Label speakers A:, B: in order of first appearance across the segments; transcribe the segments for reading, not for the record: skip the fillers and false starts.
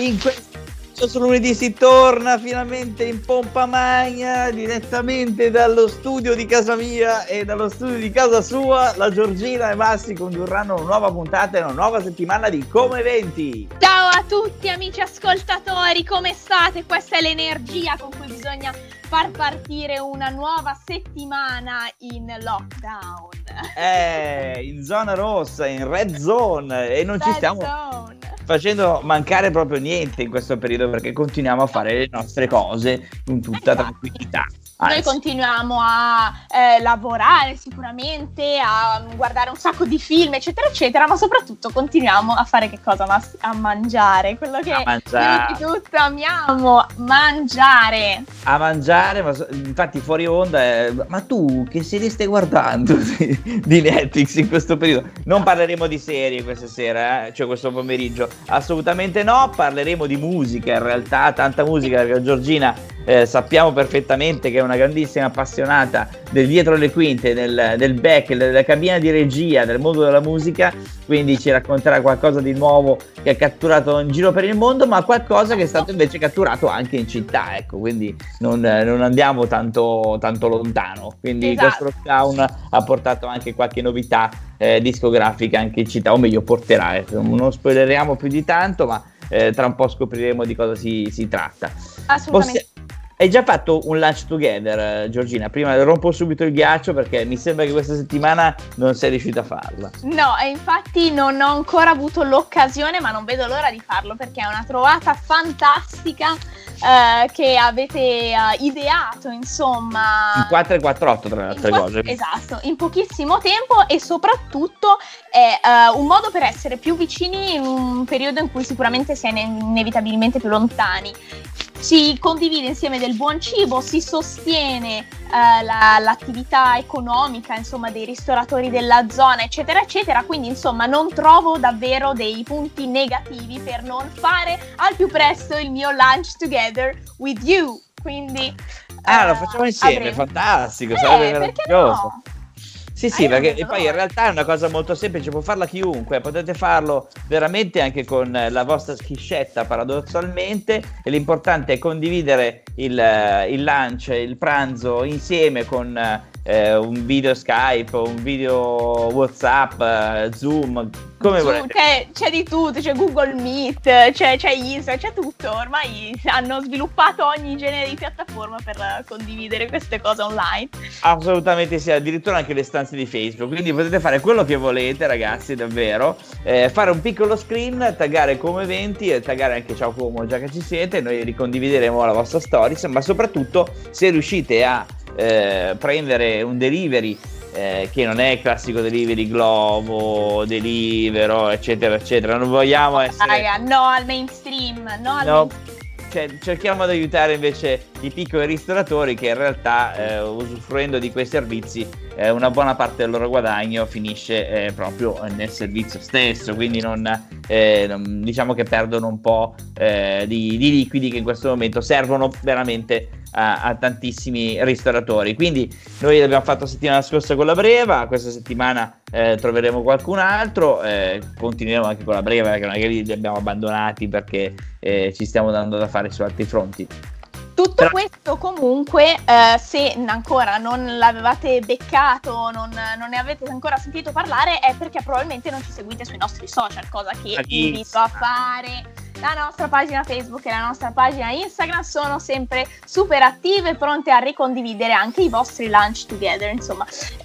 A: in questo lunedì si torna finalmente in pompa magna, direttamente dallo studio di casa mia e dallo studio di casa sua. La Giorgina e Massi condurranno una nuova puntata e una nuova settimana di Come Eventi.
B: Ciao a tutti amici ascoltatori, come state? Questa è l'energia con cui bisogna far partire una nuova settimana in lockdown.
A: In zona rossa, in red zone, e non ci stiamo facendo mancare proprio niente in questo periodo, perché continuiamo a fare le nostre cose con tutta tranquillità.
B: Noi continuiamo a lavorare sicuramente, a guardare un sacco di film, eccetera, eccetera, ma soprattutto continuiamo a fare che cosa? A mangiare, quello che più di tutto amiamo, mangiare. A mangiare,
A: ma infatti fuori onda, ma tu che serie stai guardando di Netflix in questo periodo? Non parleremo di serie questa sera, cioè questo pomeriggio, assolutamente no, parleremo di musica, in realtà tanta musica, perché Giorgina sappiamo perfettamente che è una grandissima appassionata del dietro le quinte, del back, della cabina di regia, del mondo della musica, quindi ci racconterà qualcosa di nuovo che ha catturato in giro per il mondo, ma qualcosa che è stato invece catturato anche in città, ecco, quindi non andiamo tanto lontano, quindi questo lockdown ha portato anche qualche novità discografica anche in città, o meglio porterà, non spoileriamo più di tanto, ma tra un po' scopriremo di cosa si tratta.
B: Assolutamente.
A: Hai già fatto un lunch together, Giorgina? Prima rompo subito il ghiaccio perché mi sembra che questa settimana non sei riuscita a farla.
B: No, e infatti non ho ancora avuto l'occasione, ma non vedo l'ora di farlo, perché è una trovata fantastica che avete ideato, insomma.
A: In 448 tra le altre cose.
B: Esatto, in pochissimo tempo, e soprattutto è un modo per essere più vicini in un periodo in cui sicuramente si è inevitabilmente più lontani. Si condivide insieme del buon cibo, si sostiene l'attività economica, insomma, dei ristoratori della zona, eccetera, eccetera. Quindi, insomma, non trovo davvero dei punti negativi per non fare al più presto il mio lunch together with you. Quindi
A: lo facciamo insieme, fantastico, sarebbe meraviglioso.
B: No?
A: Sì, perché e poi in realtà è una cosa molto semplice, può farla chiunque, potete farlo veramente anche con la vostra schiscetta, paradossalmente, e l'importante è condividere il lunch, il pranzo insieme con un video Skype, un video WhatsApp, Zoom, come volete.
B: C'è di tutto, c'è Google Meet, c'è Instagram, c'è tutto. Ormai hanno sviluppato ogni genere di piattaforma per condividere queste cose online.
A: Assolutamente sì, addirittura anche le stanze di Facebook, quindi potete fare quello che volete, ragazzi, davvero, fare un piccolo screen, taggare Come Eventi e taggare anche Ciao Como, già che ci siete, noi ricondivideremo la vostra stories, ma soprattutto se riuscite a prendere un delivery che non è il classico delivery Glovo, Delivero, eccetera eccetera, non vogliamo essere
B: no al mainstream,
A: cioè, cerchiamo di aiutare invece i piccoli ristoratori che in realtà usufruendo di quei servizi una buona parte del loro guadagno finisce proprio nel servizio stesso, quindi non diciamo che perdono un po' di liquidi che in questo momento servono veramente a tantissimi ristoratori. Quindi noi l'abbiamo fatto settimana scorsa con la Breva, questa settimana troveremo qualcun altro, continueremo anche con la Breva, perché non è che li abbiamo abbandonati perché ci stiamo dando da fare su altri fronti.
B: Tutto questo comunque, se ancora non l'avevate beccato, non ne avete ancora sentito parlare, è perché probabilmente non ci seguite sui nostri social, cosa che invito a fare. La nostra pagina Facebook e la nostra pagina Instagram sono sempre super attive, pronte a ricondividere anche i vostri lunch together, insomma.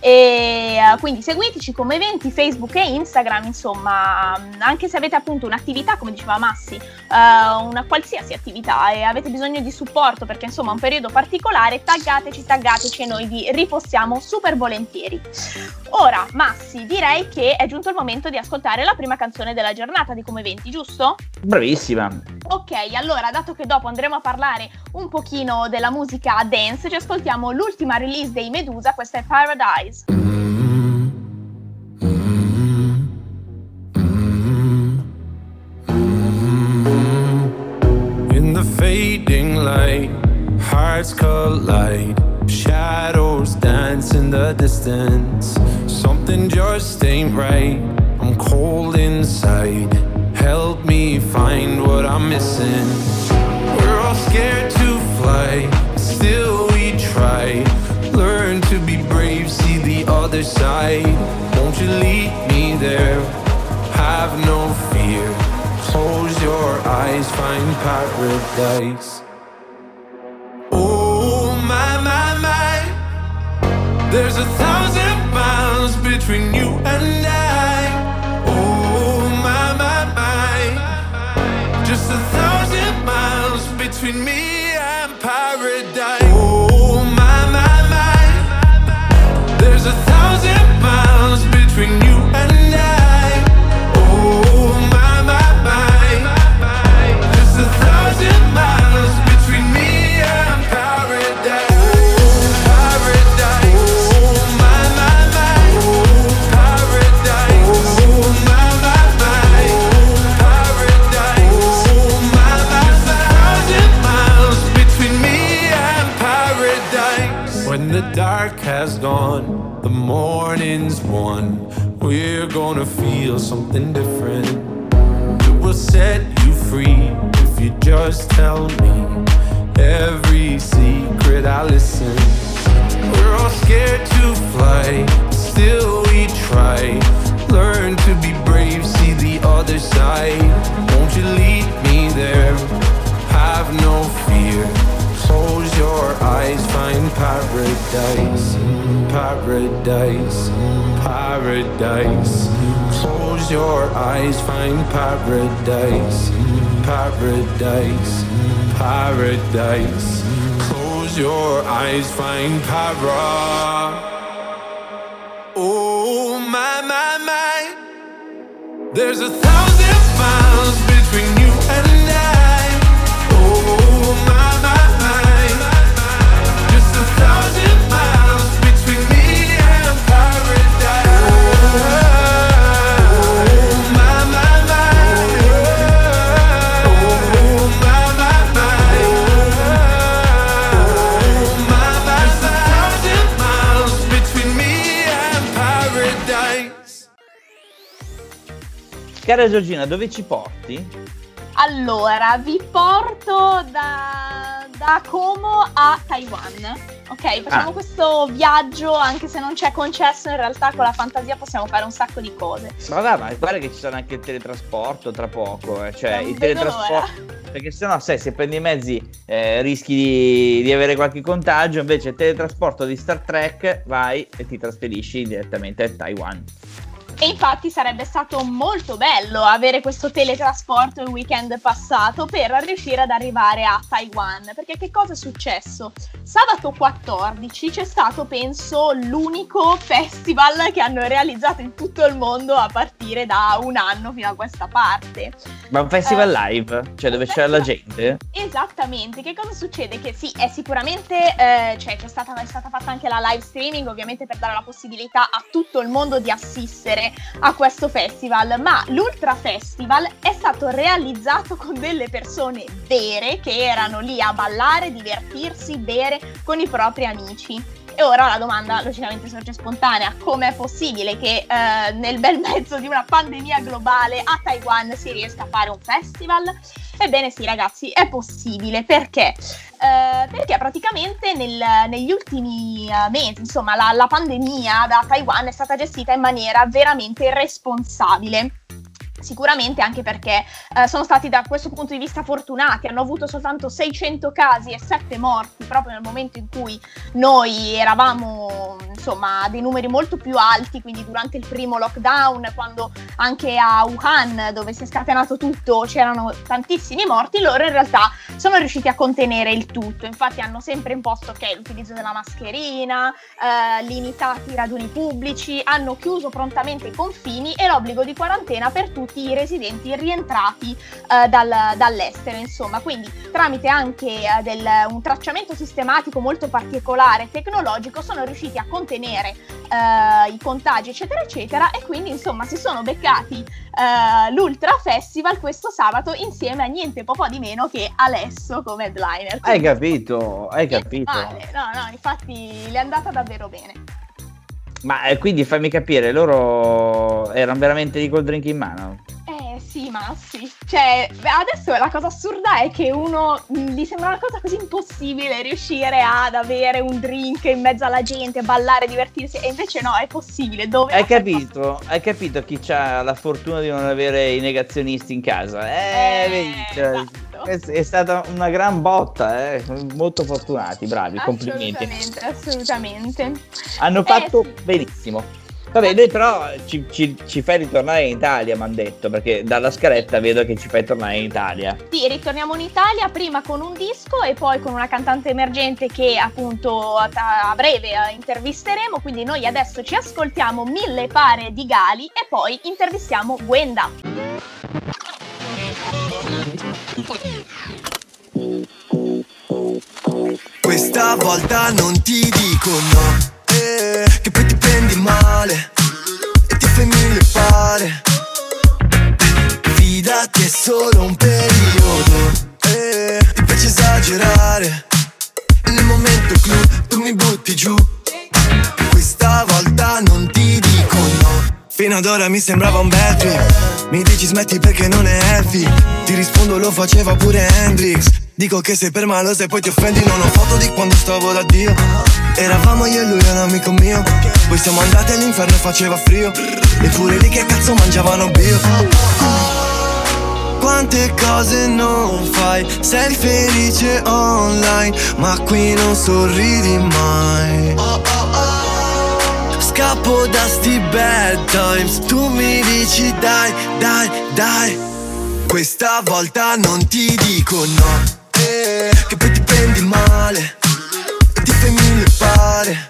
B: E quindi seguiteci Come Eventi, Facebook e Instagram, insomma, anche se avete appunto un'attività, come diceva Massi, una qualsiasi attività e avete bisogno di supporto perché insomma è un periodo particolare, taggateci e noi vi ripostiamo super volentieri. Ora, Massi, direi che è giunto il momento di ascoltare la prima canzone della giornata di Come Eventi, giusto?
A: Bravissima.
B: Ok, allora, dato che dopo andremo a parlare un pochino della musica dance, ci ascoltiamo l'ultima release dei Medusa, questa è Paradise.
C: In the fading light, hearts collide, shadows dance in the distance. Something just ain't right, I'm cold inside. help me find what I'm missing. We're all scared to fly, still we try. Learn to be brave, see the other side. Won't you lead me there? Have no fear. Close your eyes, find paradise. Oh my, my, my. There's 1,000 miles between you and I. Oh my, my, my. Just 1,000 miles between me and paradise. Oh my, my, my. There's 1,000 miles between you and I. Oh my, my, my. Just 1,000 miles between me and paradise. Oh, paradise. Oh my, my, my. Oh, paradise. Oh my, my, my. Oh, paradise. Oh my, my, my. 1,000 miles between me and paradise. When the dark has gone, the morning's won. We're gonna feel something different. It will set you free if you just tell me every secret. I listen. We're all scared to fly, still we try. Learn to be brave, see the other side. Won't you lead me there? Have no fear. Close your eyes, find paradise. Paradise, paradise. Close your eyes, find paradise. Paradise, paradise. Close your eyes, find para. Oh my, my, my. There's 1,000 miles between you and I. Oh my, my, my. Just 1,000 miles between me and paradise. Oh my, my, my. Oh my, my, my. Oh my, my, 1,000 miles between me and paradise.
A: Cara Giorgina, dove ci porti?
B: Allora, vi porto da Como a Taiwan. Ok, facciamo questo viaggio, anche se non c'è concesso, in realtà con la fantasia possiamo fare un sacco di cose.
A: Ma guarda che ci sarà anche il teletrasporto tra poco, cioè
B: Non
A: il
B: vedo
A: teletrasporto, perché sennò sai, se prendi i mezzi rischi di avere qualche contagio, invece il teletrasporto di Star Trek vai e ti trasferisci direttamente a Taiwan.
B: E infatti sarebbe stato molto bello avere questo teletrasporto il weekend passato per riuscire ad arrivare a Taiwan, perché che cosa è successo? Sabato 14 c'è stato, penso, l'unico festival che hanno realizzato in tutto il mondo a partire da un anno fino a questa parte.
A: Ma un festival live? Cioè dove c'era la gente?
B: Esattamente, che cosa succede? Che sì, è sicuramente, cioè è stata fatta anche la live streaming, ovviamente per dare la possibilità a tutto il mondo di assistere a questo festival, ma l'Ultra Festival è stato realizzato con delle persone vere che erano lì a ballare, divertirsi, bere con i propri amici. E ora la domanda logicamente sorge spontanea: com'è possibile che nel bel mezzo di una pandemia globale a Taiwan si riesca a fare un festival? Ebbene sì ragazzi, è possibile. Perché? Perché praticamente negli ultimi mesi, insomma, la pandemia da Taiwan è stata gestita in maniera veramente responsabile. Sicuramente anche perché sono stati da questo punto di vista fortunati, hanno avuto soltanto 600 casi e 7 morti proprio nel momento in cui noi eravamo insomma a dei numeri molto più alti, quindi durante il primo lockdown, quando anche a Wuhan, dove si è scatenato tutto, c'erano tantissimi morti. Loro in realtà sono riusciti a contenere il tutto, infatti hanno sempre imposto l'utilizzo della mascherina, limitati i raduni pubblici, hanno chiuso prontamente i confini e l'obbligo di quarantena per tutti i residenti rientrati dall'estero, insomma. Quindi tramite anche un tracciamento sistematico molto particolare, tecnologico, sono riusciti a contenere i contagi eccetera eccetera, e quindi insomma si sono beccati l'Ultra Festival questo sabato insieme a niente po' di meno che Alesso come headliner.
A: Hai capito?
B: No, infatti le è andata davvero bene.
A: Ma quindi fammi capire, loro erano veramente lì col drink in mano?
B: Sì. Cioè, adesso la cosa assurda è che gli sembra una cosa così impossibile riuscire ad avere un drink in mezzo alla gente, ballare, divertirsi, e invece no, è possibile. Dove
A: Hai capito chi ha la fortuna di non avere i negazionisti in casa? Vedi,
B: esatto.
A: È stata una gran botta, molto fortunati, bravi, complimenti.
B: Assolutamente.
A: Hanno fatto benissimo. Vabbè, noi però ci fai ritornare in Italia, mi hanno detto, perché dalla scaletta vedo che ci fai tornare in Italia.
B: Sì, ritorniamo in Italia prima con un disco e poi con una cantante emergente che appunto a breve intervisteremo, quindi noi adesso ci ascoltiamo 1000 pare di Gali e poi intervistiamo Gwenda.
D: Questa volta non ti dico no, che poi ti prendi male e ti fai 1000 pare. Fidati, è solo un periodo, ti piace esagerare. Nel momento clou tu mi butti giù. Questa volta non ti dico no. Fino ad ora mi sembrava un bad trip. Mi dici smetti perché non è healthy. Ti rispondo lo faceva pure Hendrix. Dico che sei permalosa e poi ti offendi. Non ho foto di quando stavo da Dio. Eravamo io e lui, un amico mio. Poi siamo andati all'inferno e faceva frio. Eppure lì che cazzo mangiavano bio. Quante cose non fai. Sei felice online, ma qui non sorridi mai. Scappo da sti bad times. Tu mi dici dai, dai, dai. Questa volta non ti dico no, che poi ti prendi male e ti fai 1000 pare.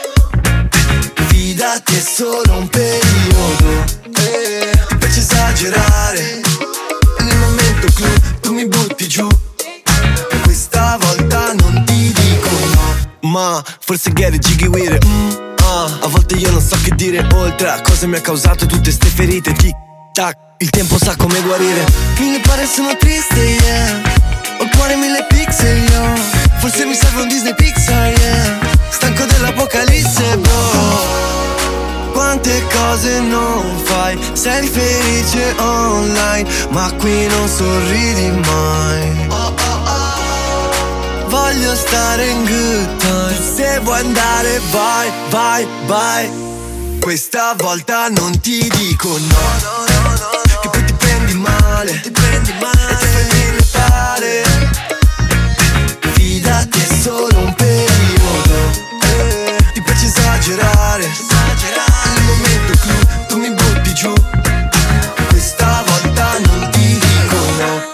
D: Fidati, è solo un periodo, ti piace esagerare. Nel momento clou tu mi butti giù. Questa volta non ti dico no, ma forse get it jiggy with it. A volte io non so che dire oltre a cosa mi ha causato tutte ste ferite. Tic tac, il tempo sa come guarire. 1000 pare sono triste, yeah. Ho il cuore 1000 pixel, yo. Forse mi serve un Disney Pixar, yeah. Stanco dell'apocalisse, bro. Quante cose non fai. Sei felice online, ma qui non sorridi mai. Voglio stare in good times. Se vuoi andare vai, vai, vai. Questa volta non ti dico no, che poi ti prendi male e ti fai 1000 pare. Fidati, è solo un periodo, ti piace esagerare. Nel momento clou tu mi butti giù. Questa volta non ti dico no.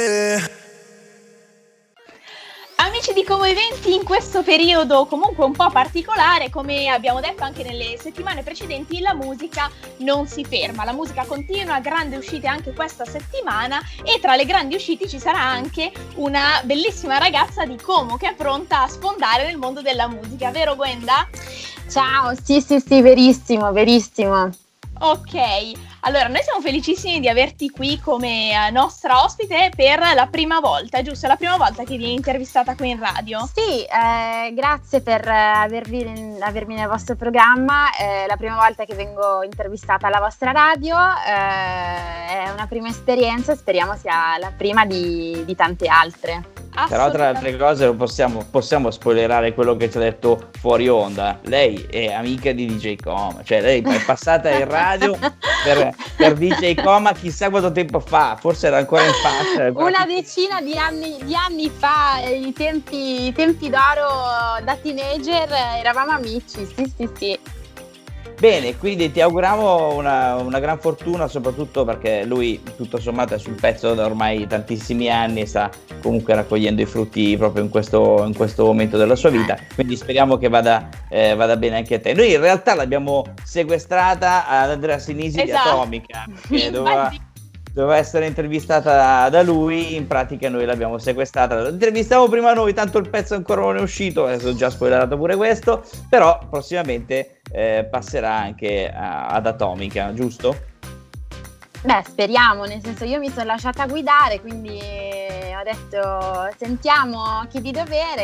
B: Amici di Como Eventi, in questo periodo comunque un po' particolare, come abbiamo detto anche nelle settimane precedenti, la musica non si ferma, la musica continua, grandi uscite anche questa settimana, e tra le grandi uscite ci sarà anche una bellissima ragazza di Como che è pronta a sfondare nel mondo della musica, vero Gwenda?
E: Ciao, sì, verissimo.
B: Ok, allora noi siamo felicissimi di averti qui come nostra ospite per la prima volta, giusto? È la prima volta che vieni intervistata qui in radio?
E: Sì, grazie per avermi nel vostro programma, è la prima volta che vengo intervistata alla vostra radio, è una prima esperienza, speriamo sia la prima di tante altre.
A: Però tra le altre cose possiamo spoilerare quello che ci ha detto fuori onda. Lei è amica di DJ Coma, cioè lei è passata in radio per DJ Coma chissà quanto tempo fa, forse era ancora in fascia.
E: Una decina di anni fa, i tempi d'oro da teenager, eravamo amici, sì.
A: Bene, quindi ti auguriamo una gran fortuna, soprattutto perché lui tutto sommato è sul pezzo da ormai tantissimi anni e sta comunque raccogliendo i frutti proprio in questo momento della sua vita, quindi speriamo che vada bene anche a te. Noi in realtà l'abbiamo sequestrata ad Andrea Sinisi di Atomica, che doveva essere intervistata da lui, in pratica noi l'abbiamo sequestrata, la intervistiamo prima noi, tanto il pezzo ancora non è uscito, adesso ho già spoilerato pure questo, però prossimamente passerà anche ad Atomica, giusto?
E: Beh, speriamo, nel senso io mi sono lasciata guidare, quindi ho detto sentiamo chi di dovere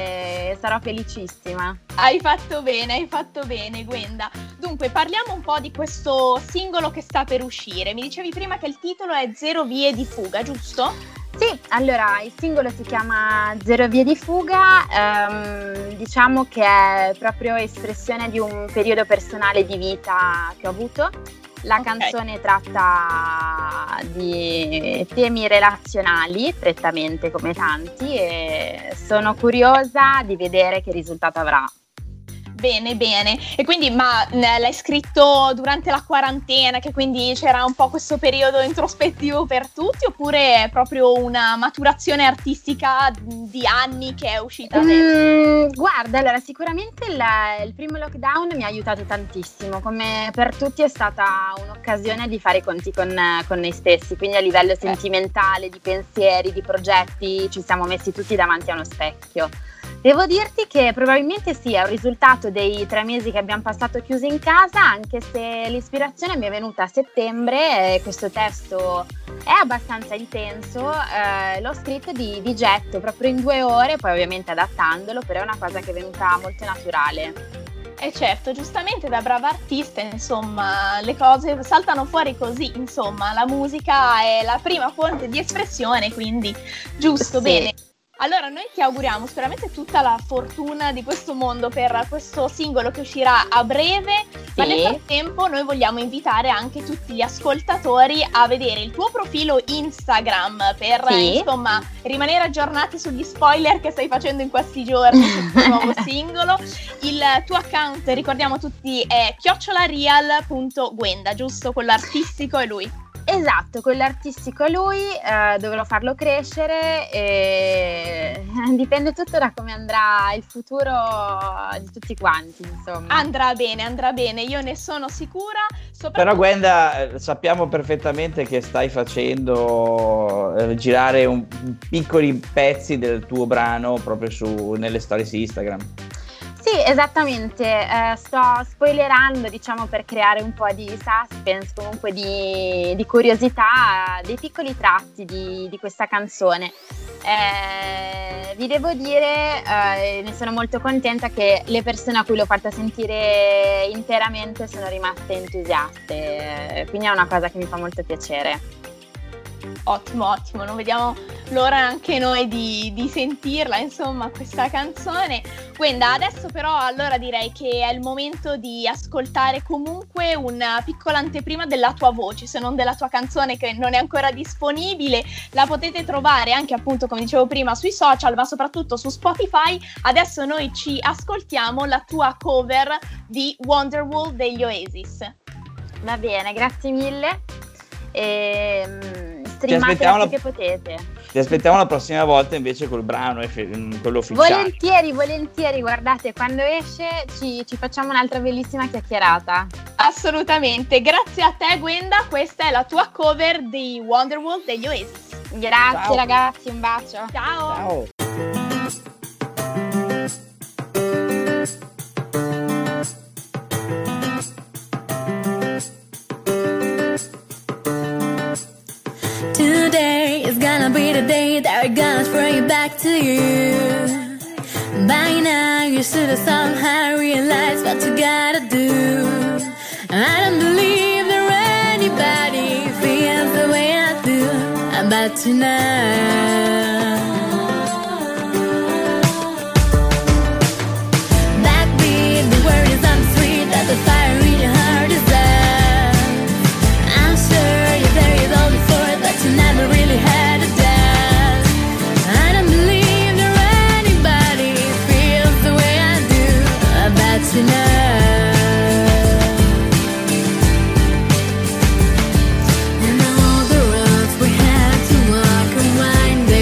E: e sarò felicissima.
B: Hai fatto bene Gwenda. Dunque parliamo un po' di questo singolo che sta per uscire. Mi dicevi prima che il titolo è Zero vie di fuga, giusto?
E: Sì, allora il singolo si chiama Zero vie di fuga, diciamo che è proprio espressione di un periodo personale di vita che ho avuto. La canzone tratta di temi relazionali, prettamente come tanti, e sono curiosa di vedere che risultato avrà.
B: Bene. E quindi, ma l'hai scritto durante la quarantena, che quindi c'era un po' questo periodo introspettivo per tutti, oppure è proprio una maturazione artistica di anni che è uscita adesso?
E: Guarda, allora sicuramente il primo lockdown mi ha aiutato tantissimo, come per tutti è stata un'occasione di fare i conti con noi stessi, quindi a livello sentimentale, di pensieri, di progetti, ci siamo messi tutti davanti a uno specchio. Devo dirti che probabilmente sì, è un risultato dei 3 mesi che abbiamo passato chiusi in casa, anche se l'ispirazione mi è venuta a settembre e questo testo è abbastanza intenso, l'ho scritto di getto, proprio in 2 ore, poi ovviamente adattandolo, però è una cosa che è venuta molto naturale.
B: E certo, giustamente da brava artista, insomma, le cose saltano fuori così, insomma, la musica è la prima fonte di espressione, quindi giusto, sì. Bene. Allora noi ti auguriamo sicuramente tutta la fortuna di questo mondo per questo singolo che uscirà a breve, sì. Ma nel frattempo noi vogliamo invitare anche tutti gli ascoltatori a vedere il tuo profilo Instagram per insomma rimanere aggiornati sugli spoiler che stai facendo in questi giorni sul tuo nuovo singolo. Il tuo account, ricordiamo tutti, è @real.gwenda, giusto? Quello artistico è lui.
E: Esatto, quello artistico è lui, dovrò farlo crescere e dipende tutto da come andrà il futuro di tutti quanti, insomma.
B: Andrà bene, io ne sono sicura.
A: Però Gwenda, sappiamo perfettamente che stai facendo girare piccoli pezzi del tuo brano proprio nelle stories Instagram.
E: Sì, esattamente, sto spoilerando, diciamo, per creare un po' di suspense, comunque di curiosità, dei piccoli tratti di questa canzone. Vi devo dire, ne sono molto contenta che le persone a cui l'ho fatta sentire interamente sono rimaste entusiaste, quindi è una cosa che mi fa molto piacere.
B: Ottimo, non vediamo l'ora anche noi di sentirla, insomma, questa canzone. Gwenda, adesso però allora direi che è il momento di ascoltare comunque una piccola anteprima della tua voce, se non della tua canzone che non è ancora disponibile. La potete trovare anche, appunto, come dicevo prima, sui social, ma soprattutto su Spotify. Adesso noi ci ascoltiamo la tua cover di Wonderwall degli Oasis.
E: Va bene, grazie mille. Streamate che potete.
A: Ti aspettiamo la prossima volta invece col brano, quello ufficiale.
E: Volentieri, guardate, quando esce ci facciamo un'altra bellissima chiacchierata.
B: Assolutamente, grazie a te Gwenda, questa è la tua cover di Wonderwall degli Oasis.
E: Grazie. Ciao. Ragazzi, un bacio.
B: Ciao.
F: Today is gonna be the day that we're gonna bring it back to you. By now you should have somehow realized what you gotta do. I don't believe that anybody feels the way I do about you now. Backbeat, the word is on the street that the fire in your heart is there. I'm sure you've heard it all before, but you never really had a doubt. I don't believe that anybody feels the way I do about you now. And all the roads we had to walk and wind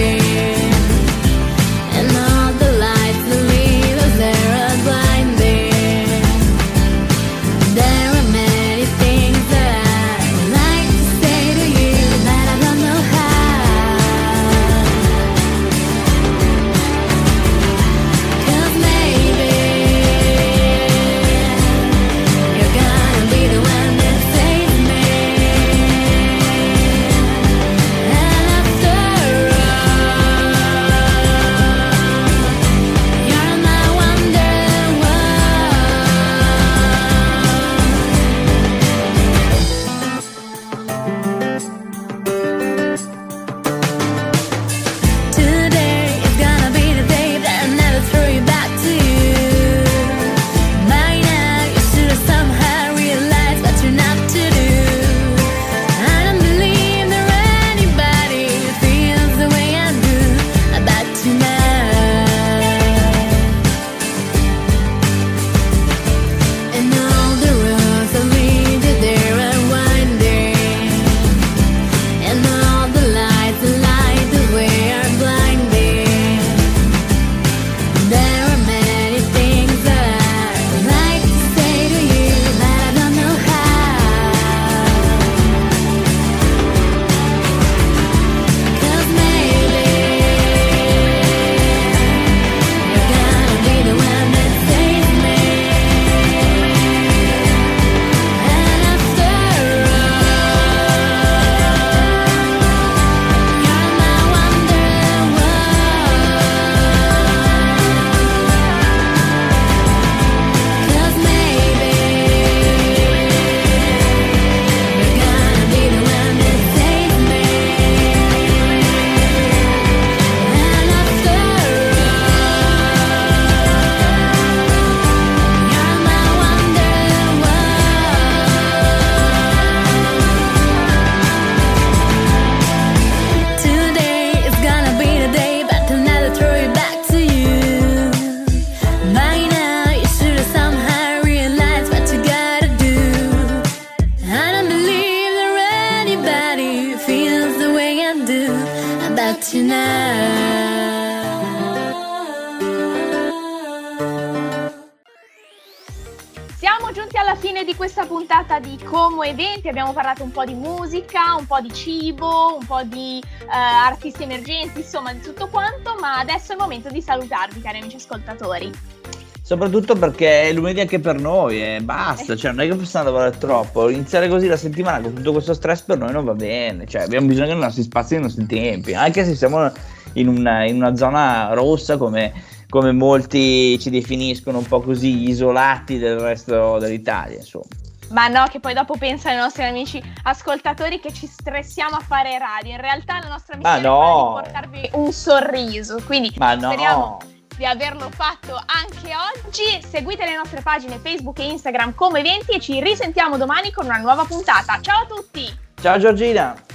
B: fine di questa puntata di Como Eventi. Abbiamo parlato un po' di musica, un po' di cibo, un po' di artisti emergenti, insomma di tutto quanto, ma adesso è il momento di salutarvi, cari amici ascoltatori.
A: Soprattutto perché è lunedì anche per noi e basta, cioè non è che possiamo lavorare troppo, iniziare così la settimana con tutto questo stress per noi non va bene, cioè abbiamo bisogno dei nostri spazi e dei nostri tempi, anche se siamo in una zona rossa come molti ci definiscono, un po' così isolati del resto dell'Italia, insomma.
B: Ma no, che poi dopo pensano i nostri amici ascoltatori che ci stressiamo a fare radio, in realtà la nostra missione è quella di portarvi un sorriso, quindi speriamo di averlo fatto anche oggi. Seguite le nostre pagine Facebook e Instagram Como Eventi e ci risentiamo domani con una nuova puntata. Ciao a tutti!
A: Ciao Giorgina!